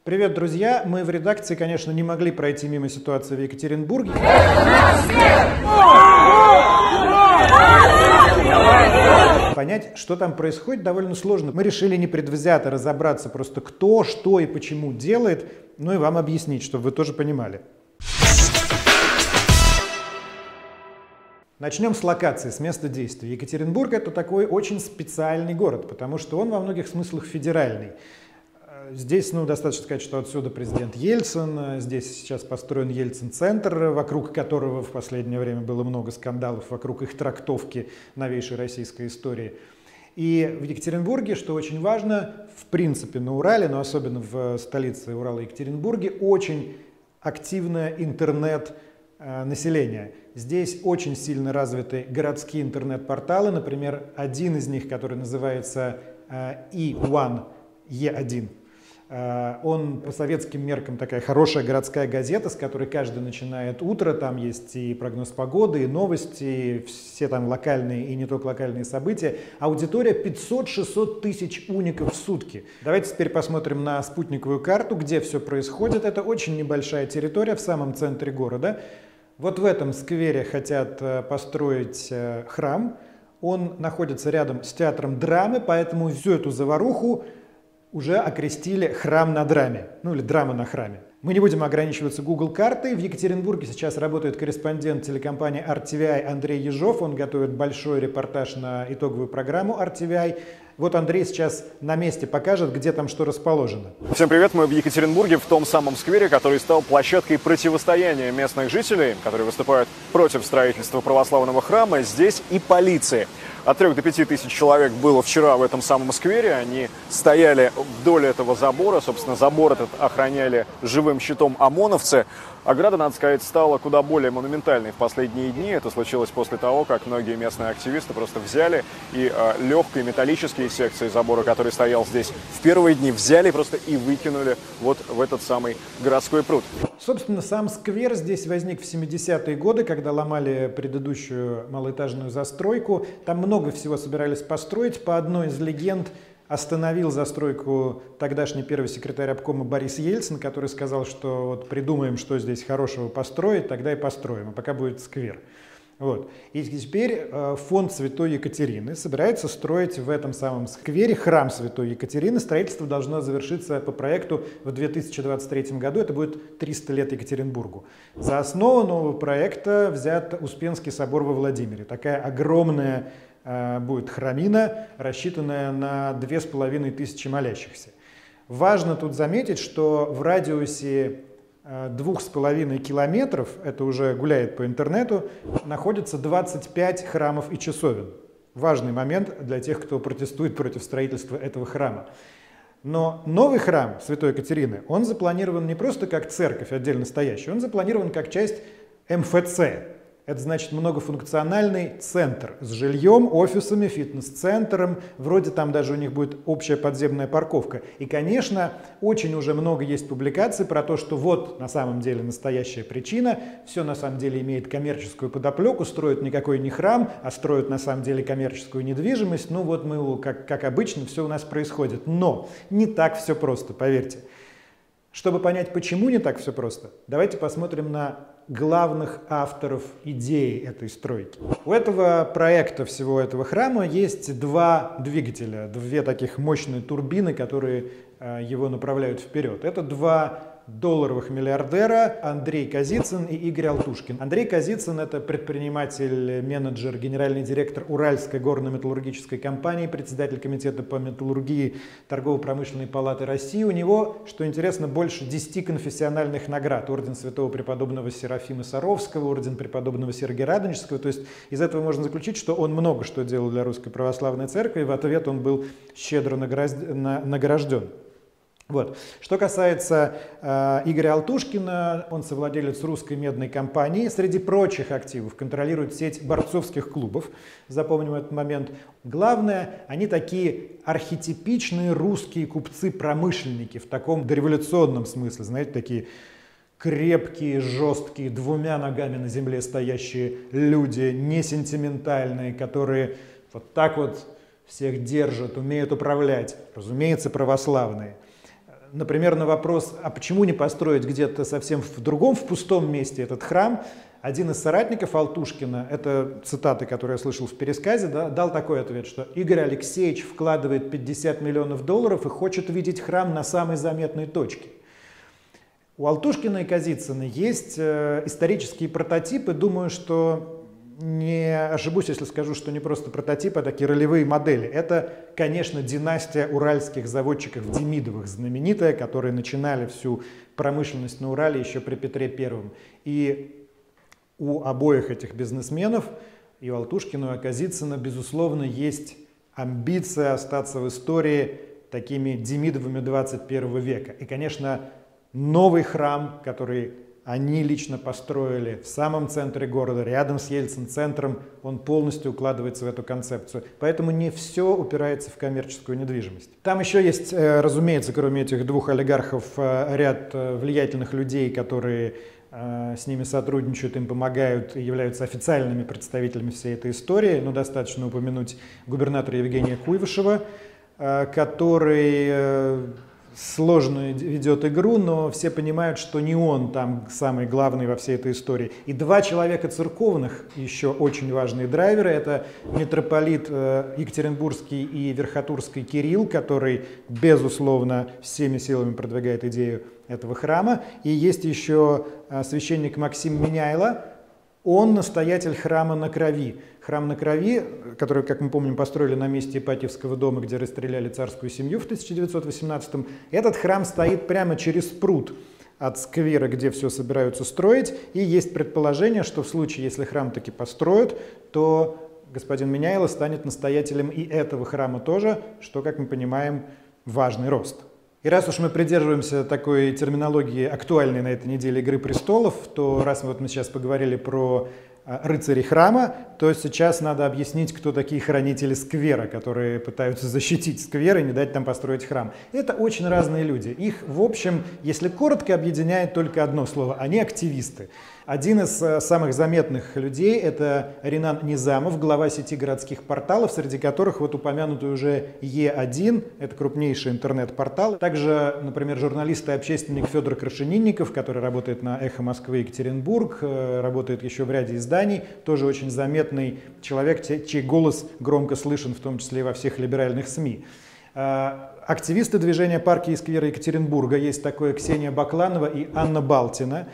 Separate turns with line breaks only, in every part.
Привет, друзья! Мы в редакции, конечно, не могли пройти мимо ситуации в Екатеринбурге. Понять, что там происходит, довольно сложно. Мы решили непредвзято разобраться просто кто, что и почему делает, ну и вам объяснить, чтобы вы тоже понимали. Начнем с локации, с места действия. Екатеринбург — это такой очень специальный город, потому что он во многих смыслах федеральный. Здесь, достаточно сказать, что отсюда президент Ельцин, здесь сейчас построен Ельцин-центр, вокруг которого в последнее время было много скандалов, вокруг их трактовки новейшей российской истории. И в Екатеринбурге, что очень важно, в принципе на Урале, но особенно в столице Урала, Екатеринбурге, очень активное интернет-население. Здесь очень сильно развиты городские интернет-порталы, например, один из них, который называется E1, E1. Он по советским меркам такая хорошая городская газета, с которой каждый начинает утро. Там есть и прогноз погоды, и новости, и все там локальные и не только локальные события. Аудитория 500-600 тысяч уников в сутки. Давайте теперь посмотрим на спутниковую карту, где все происходит. Это очень небольшая территория в самом центре города. Вот в этом сквере хотят построить храм. Он находится рядом с театром драмы, поэтому всю эту заваруху уже окрестили «Храм на драме», или «Драма на храме». Мы не будем ограничиваться Google картой. В Екатеринбурге сейчас работает корреспондент телекомпании RTVI Андрей Ежов. Он готовит большой репортаж на итоговую программу RTVI. Вот Андрей сейчас на месте покажет, где там что расположено.
Всем привет, мы в Екатеринбурге, в том самом сквере, который стал площадкой противостояния местных жителей, которые выступают против строительства православного храма, здесь и полиции. От 3 до 5 тысяч человек было вчера в этом самом сквере. Они стояли вдоль этого забора. Собственно, забор этот охраняли живым щитом ОМОНовцы. Ограда, надо сказать, стала куда более монументальной в последние дни. Это случилось после того, как многие местные активисты просто взяли и легкие металлические секции забора, который стоял здесь в первые дни, взяли просто и выкинули вот в этот самый городской пруд.
Собственно, сам сквер здесь возник в 70-е годы, когда ломали предыдущую малоэтажную застройку. Там много всего собирались построить. По одной из легенд остановил застройку тогдашний первый секретарь обкома Борис Ельцин, который сказал, что вот придумаем, что здесь хорошего построить, тогда и построим, а пока будет сквер. Вот. И теперь фонд Святой Екатерины собирается строить в этом самом сквере храм Святой Екатерины. Строительство должно завершиться по проекту в 2023 году. Это будет 300 лет Екатеринбургу. За основу нового проекта взят Успенский собор во Владимире. Такая огромная будет храмина, рассчитанная на 2500 молящихся. Важно тут заметить, что в радиусе 2,5 километров, это уже гуляет по интернету, находится 25 храмов и часовен. Важный момент для тех, кто протестует против строительства этого храма. Но новый храм Святой Екатерины, он запланирован не просто как церковь отдельно стоящая, он запланирован как часть МФЦ. Это значит многофункциональный центр с жильем, офисами, фитнес-центром. Вроде там даже у них будет общая подземная парковка. И, конечно, очень уже много есть публикаций про то, что вот на самом деле настоящая причина. Все на самом деле имеет коммерческую подоплеку. Строят никакой не храм, а строят на самом деле коммерческую недвижимость. Ну вот мы, как обычно, все у нас происходит. Но не так все просто, поверьте. Чтобы понять, почему не так все просто, давайте посмотрим на главных авторов идеи этой стройки. У этого проекта, всего этого храма, есть два двигателя, две таких мощные турбины, которые его направляют вперед. Это два долларовых миллиардера Андрей Козицын и Игорь Алтушкин. Андрей Козицын — это предприниматель, менеджер, генеральный директор Уральской горно-металлургической компании, председатель комитета по металлургии Торгово-промышленной палаты России. У него, что интересно, больше 10 конфессиональных наград. Орден святого преподобного Серафима Саровского, орден преподобного Сергия Радонежского. То есть из этого можно заключить, что он много что делал для Русской Православной Церкви, и в ответ он был щедро награжден. Вот. Что касается Игоря Алтушкина, он совладелец русской медной компании. Среди прочих активов контролирует сеть борцовских клубов. Запомним этот момент. Главное, они такие архетипичные русские купцы-промышленники в таком дореволюционном смысле. Знаете, такие крепкие, жесткие, двумя ногами на земле стоящие люди, не сентиментальные, которые вот так вот всех держат, умеют управлять. Разумеется, православные. Например, на вопрос, а почему не построить где-то совсем в другом, в пустом месте этот храм, один из соратников Алтушкина, это цитаты, которые я слышал в пересказе, да, дал такой ответ, что Игорь Алексеевич вкладывает 50 миллионов долларов и хочет видеть храм на самой заметной точке. У Алтушкина и Казицына есть исторические прототипы. Думаю, что не ошибусь, если скажу, что не просто прототипы, а такие ролевые модели. Это, конечно, династия уральских заводчиков Демидовых, знаменитая, которые начинали всю промышленность на Урале еще при Петре Первом. И у обоих этих бизнесменов, и у Алтушкина, и у Казицына, безусловно, есть амбиция остаться в истории такими Демидовыми 21 века. И, конечно, новый храм, который они лично построили в самом центре города, рядом с Ельцин-центром, он полностью укладывается в эту концепцию. Поэтому не все упирается в коммерческую недвижимость. Там еще есть, разумеется, кроме этих двух олигархов, ряд влиятельных людей, которые с ними сотрудничают, им помогают и являются официальными представителями всей этой истории. Но достаточно упомянуть губернатора Евгения Куйвышева, который сложно ведет игру, но все понимают, что не он там самый главный во всей этой истории. И два человека церковных, еще очень важные драйверы, это митрополит Екатеринбургский и Верхотурский Кирилл, который, безусловно, всеми силами продвигает идею этого храма. И есть еще священник Максим Меняйло, он настоятель храма на Крови. Храм на Крови, который, как мы помним, построили на месте Ипатьевского дома, где расстреляли царскую семью в 1918-м. Этот храм стоит прямо через пруд от сквера, где все собираются строить. И есть предположение, что в случае, если храм таки построят, то господин Меняйло станет настоятелем и этого храма тоже, что, как мы понимаем, важный рост. И раз уж мы придерживаемся такой терминологии, актуальной на этой неделе «Игры престолов», то раз мы сейчас поговорили про рыцарей храма, то сейчас надо объяснить, кто такие хранители сквера, которые пытаются защитить сквер и не дать там построить храм. Это очень разные люди. Их, в общем, если коротко, объединяет только одно слово – они активисты. Один из самых заметных людей – это Ринан Низамов, глава сети городских порталов, среди которых вот упомянутый уже Е1, это крупнейший интернет-портал. Также, например, журналист и общественник Федор Крашенинников, который работает на «Эхо Москвы» Екатеринбург, работает еще в ряде изданий, тоже очень заметный человек, чей голос громко слышен, в том числе и во всех либеральных СМИ. Активисты движения «Парки и скверы Екатеринбурга», есть такое Ксения Бакланова и Анна Балтина.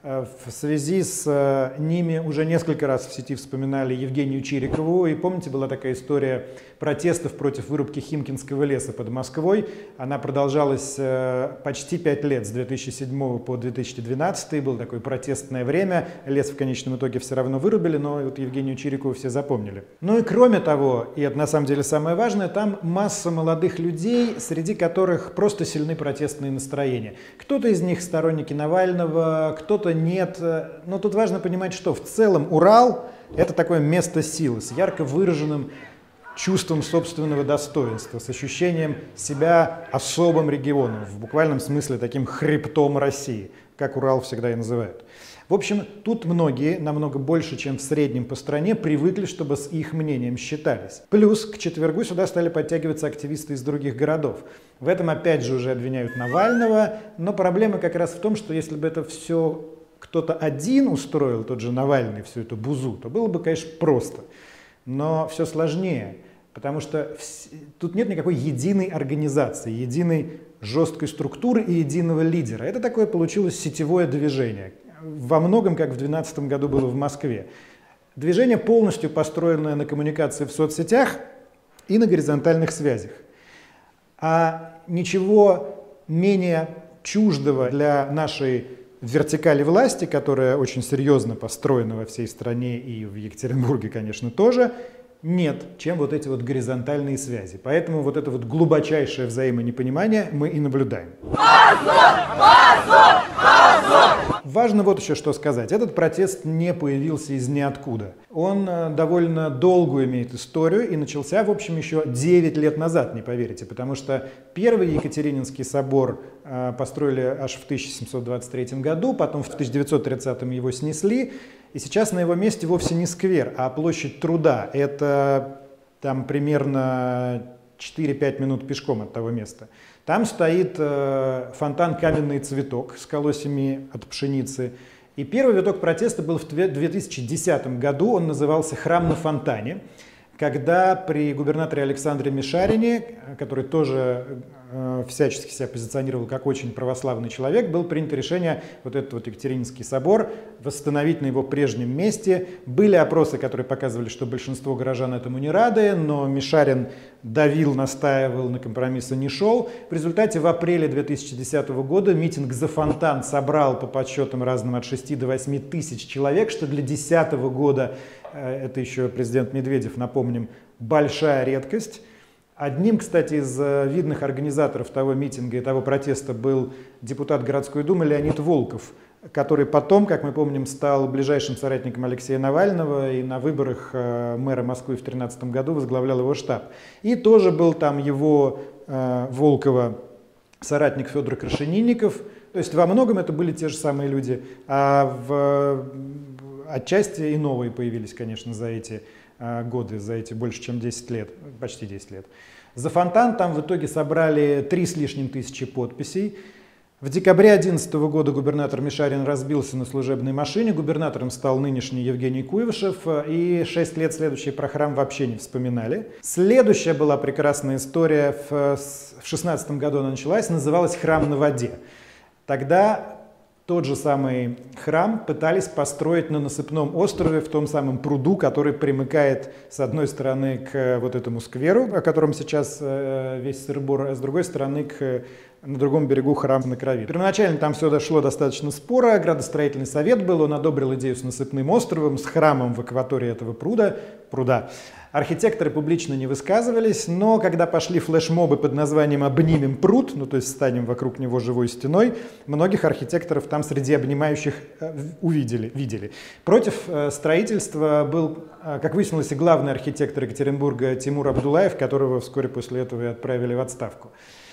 В связи с ними уже несколько раз в сети вспоминали Евгению Чирикову. И помните, была такая история протестов против вырубки Химкинского леса под Москвой. Она продолжалась почти 5 лет, с 2007 по 2012. Было такое протестное время. Лес в конечном итоге все равно вырубили, но вот Евгению Чирикову все запомнили. Ну и кроме того, и это на самом деле самое важное, там масса молодых людей, среди которых просто сильны протестные настроения. Кто-то из них сторонники Навального, кто-то нет. Но тут важно понимать, что в целом Урал – это такое место силы с ярко выраженным чувством собственного достоинства, с ощущением себя особым регионом, в буквальном смысле таким хребтом России, как Урал всегда и называют. В общем, тут многие, намного больше, чем в среднем по стране, привыкли, чтобы с их мнением считались. Плюс к четвергу сюда стали подтягиваться активисты из других городов. В этом опять же уже обвиняют Навального, но проблема как раз в том, что если бы это все кто-то один устроил, тот же Навальный, всю эту бузу, то было бы, конечно, просто. Но все сложнее, потому что тут нет никакой единой организации, единой жесткой структуры и единого лидера. Это такое получилось сетевое движение. Во многом, как в 2012 году было в Москве. Движение, полностью построенное на коммуникации в соцсетях и на горизонтальных связях. А ничего менее чуждого для нашей вертикали власти, которая очень серьезно построена во всей стране и в Екатеринбурге, конечно, тоже, нет, чем вот эти вот горизонтальные связи. Поэтому вот это вот глубочайшее взаимонепонимание мы и наблюдаем. Важно вот еще что сказать. Этот протест не появился из ниоткуда. Он довольно долгую имеет историю и начался, в общем, еще 9 лет назад, не поверите, потому что первый Екатерининский собор построили аж в 1723 году, потом в 1930 его снесли, и сейчас на его месте вовсе не сквер, а площадь Труда. Это там примерно 4-5 минут пешком от того места. Там стоит фонтан «Каменный цветок» с колосьями от пшеницы. И первый виток протеста был в 2010 году, он назывался «Храм на фонтане», когда при губернаторе Александре Мишарине, который тоже всячески себя позиционировал как очень православный человек, было принято решение вот этот вот Екатерининский собор восстановить на его прежнем месте. Были опросы, которые показывали, что большинство горожан этому не рады, но Мишарин давил, настаивал, на компромиссы не шел. В результате в апреле 2010 года митинг за фонтан собрал по подсчетам разным от 6 до 8 тысяч человек, что для 2010 года, это еще президент Медведев, напомним, большая редкость. Одним, кстати, из видных организаторов того митинга и того протеста был депутат городской думы Леонид Волков, который потом, как мы помним, стал ближайшим соратником Алексея Навального и на выборах мэра Москвы в 2013 году возглавлял его штаб. И тоже был там его, Волкова, соратник Федор Крашенинников. То есть во многом это были те же самые люди, а отчасти и новые появились, конечно, за эти годы, за эти больше чем 10 лет, почти 10 лет. За фонтан там в итоге собрали 3 с лишним тысячи подписей. В декабре 2011 года губернатор Мишарин разбился на служебной машине, губернатором стал нынешний Евгений Куйвашев, и 6 лет следующие про храм вообще не вспоминали. Следующая была прекрасная история, в 2016 году она началась, называлась «Храм на воде». Тогда тот же самый храм пытались построить на насыпном острове в том самом пруду, который примыкает с одной стороны к вот этому скверу, о котором сейчас весь сыр-бор, а с другой стороны на другом берегу храм на Крови. Первоначально там все дошло достаточно спора, градостроительный совет был, он одобрил идею с насыпным островом, с храмом в акватории этого пруда. Архитекторы публично не высказывались, но когда пошли флешмобы под названием «Обнимем пруд», ну то есть станем вокруг него живой стеной, многих архитекторов там среди обнимающих видели. Против строительства был, как выяснилось, и главный архитектор Екатеринбурга Тимур Абдулаев, которого вскоре после этого и отправили в отставку.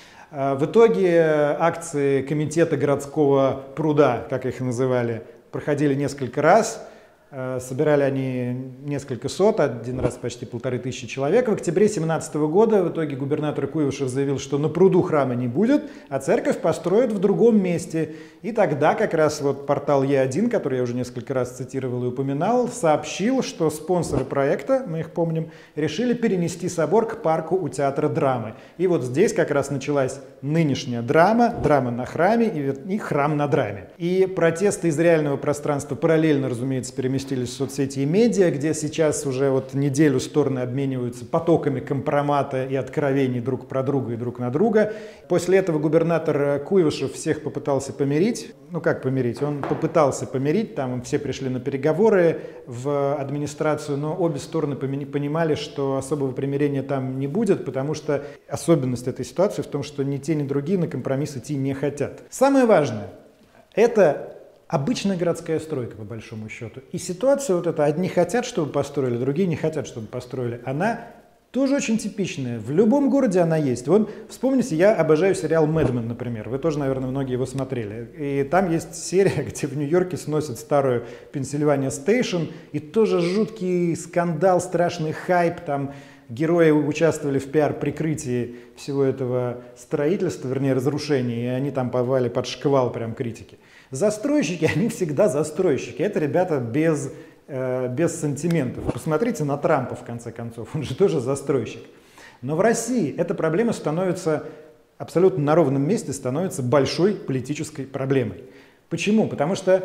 В итоге акции комитета городского пруда, как их называли, проходили несколько раз. Собирали они несколько сот, один раз почти 1500 человек. В октябре 2017 года в итоге губернатор Куйвашев заявил, что на пруду храма не будет, а церковь построят в другом месте. И тогда как раз вот портал Е1, который я уже несколько раз цитировал и упоминал, сообщил, что спонсоры проекта, мы их помним, решили перенести собор к парку у театра драмы. И вот здесь как раз началась нынешняя драма на храме и храм на драме. И протесты из реального пространства параллельно, разумеется, переместились в соцсети и медиа, где сейчас уже вот неделю стороны обмениваются потоками компромата и откровений друг про друга и друг на друга. После этого губернатор Куйвашев всех попытался помирить. Ну как помирить? Он попытался помирить, там все пришли на переговоры в администрацию, но обе стороны понимали, что особого примирения там не будет, потому что особенность этой ситуации в том, что ни те, ни другие на компромисс идти не хотят. Самое важное – это обычная городская стройка, по большому счету. И ситуация вот эта, одни хотят, чтобы построили, другие не хотят, чтобы построили, она тоже очень типичная. В любом городе она есть. Вон, вспомните, я обожаю сериал «Мэдмен», например. Вы тоже, наверное, многие его смотрели. И там есть серия, где в Нью-Йорке сносят старую Пенсильвания Стейшн, и тоже жуткий скандал, страшный хайп, там герои участвовали в пиар-прикрытии всего этого строительства, вернее, разрушения, и они там попали под шквал прям критики. Застройщики, они всегда застройщики. Это ребята без сантиментов. Посмотрите на Трампа, в конце концов. Он же тоже застройщик. Но в России эта проблема становится абсолютно на ровном месте, становится большой политической проблемой. Почему? Потому что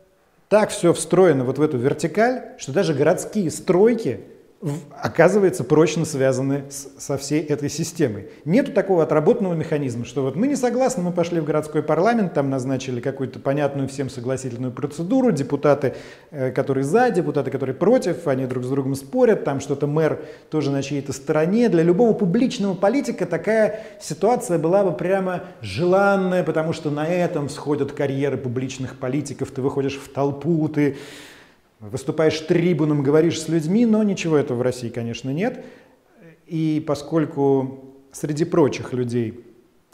так все встроено вот в эту вертикаль, что даже городские стройки оказывается прочно связаны со всей этой системой. Нету такого отработанного механизма, что вот мы не согласны, мы пошли в городской парламент, там назначили какую-то понятную всем согласительную процедуру, депутаты, которые за, депутаты, которые против, они друг с другом спорят, там что-то мэр тоже на чьей-то стороне. Для любого публичного политика такая ситуация была бы прямо желанная, потому что на этом всходят карьеры публичных политиков, ты выходишь в толпу, ты выступаешь трибуном, говоришь с людьми, но ничего этого в России, конечно, нет. И поскольку среди прочих людей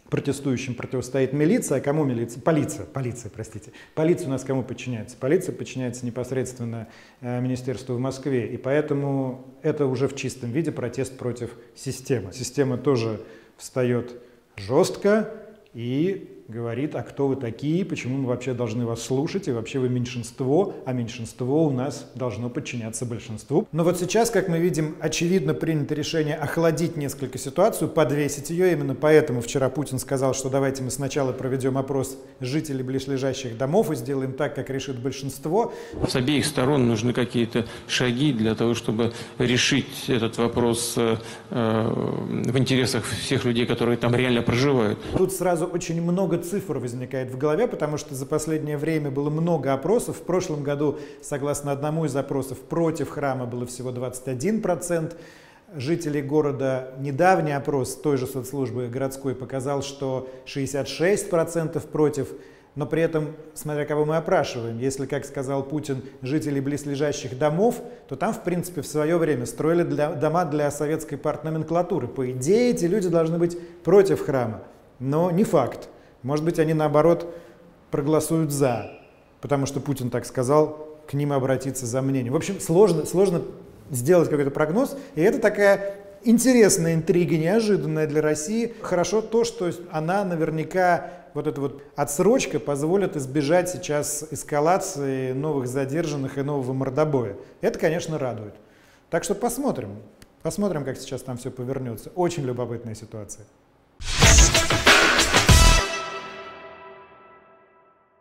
протестующим противостоит милиция, а кому милиция? Полиция, простите. Полиция у нас кому подчиняется? Полиция подчиняется непосредственно министерству в Москве, и поэтому это уже в чистом виде протест против системы. Система тоже встает жестко и говорит, а кто вы такие, почему мы вообще должны вас слушать, и вообще вы меньшинство, а меньшинство у нас должно подчиняться большинству. Но вот сейчас, как мы видим, очевидно принято решение охладить несколько ситуацию, подвесить ее. Именно поэтому вчера Путин сказал, что давайте мы сначала проведем опрос жителей близлежащих домов и сделаем так, как решит большинство.
С обеих сторон нужны какие-то шаги для того, чтобы решить этот вопрос в интересах всех людей, которые там реально проживают.
Тут сразу очень много цифр возникает в голове, потому что за последнее время было много опросов. В прошлом году, согласно одному из опросов, против храма было всего 21% жителей города. Недавний опрос той же соцслужбы городской показал, что 66% против. Но при этом, смотря кого мы опрашиваем, если, как сказал Путин, жители близлежащих домов, то там, в принципе, в свое время строили дома для советской партноменклатуры. По идее, эти люди должны быть против храма. Но не факт. Может быть, они, наоборот, проголосуют «за», потому что Путин так сказал, к ним обратиться за мнением. В общем, сложно сделать какой-то прогноз, и это такая интересная интрига, неожиданная для России. Хорошо то, что она наверняка, вот эта вот отсрочка позволит избежать сейчас эскалации новых задержанных и нового мордобоя. Это, конечно, радует. Так что посмотрим, как сейчас там все повернется. Очень любопытная ситуация.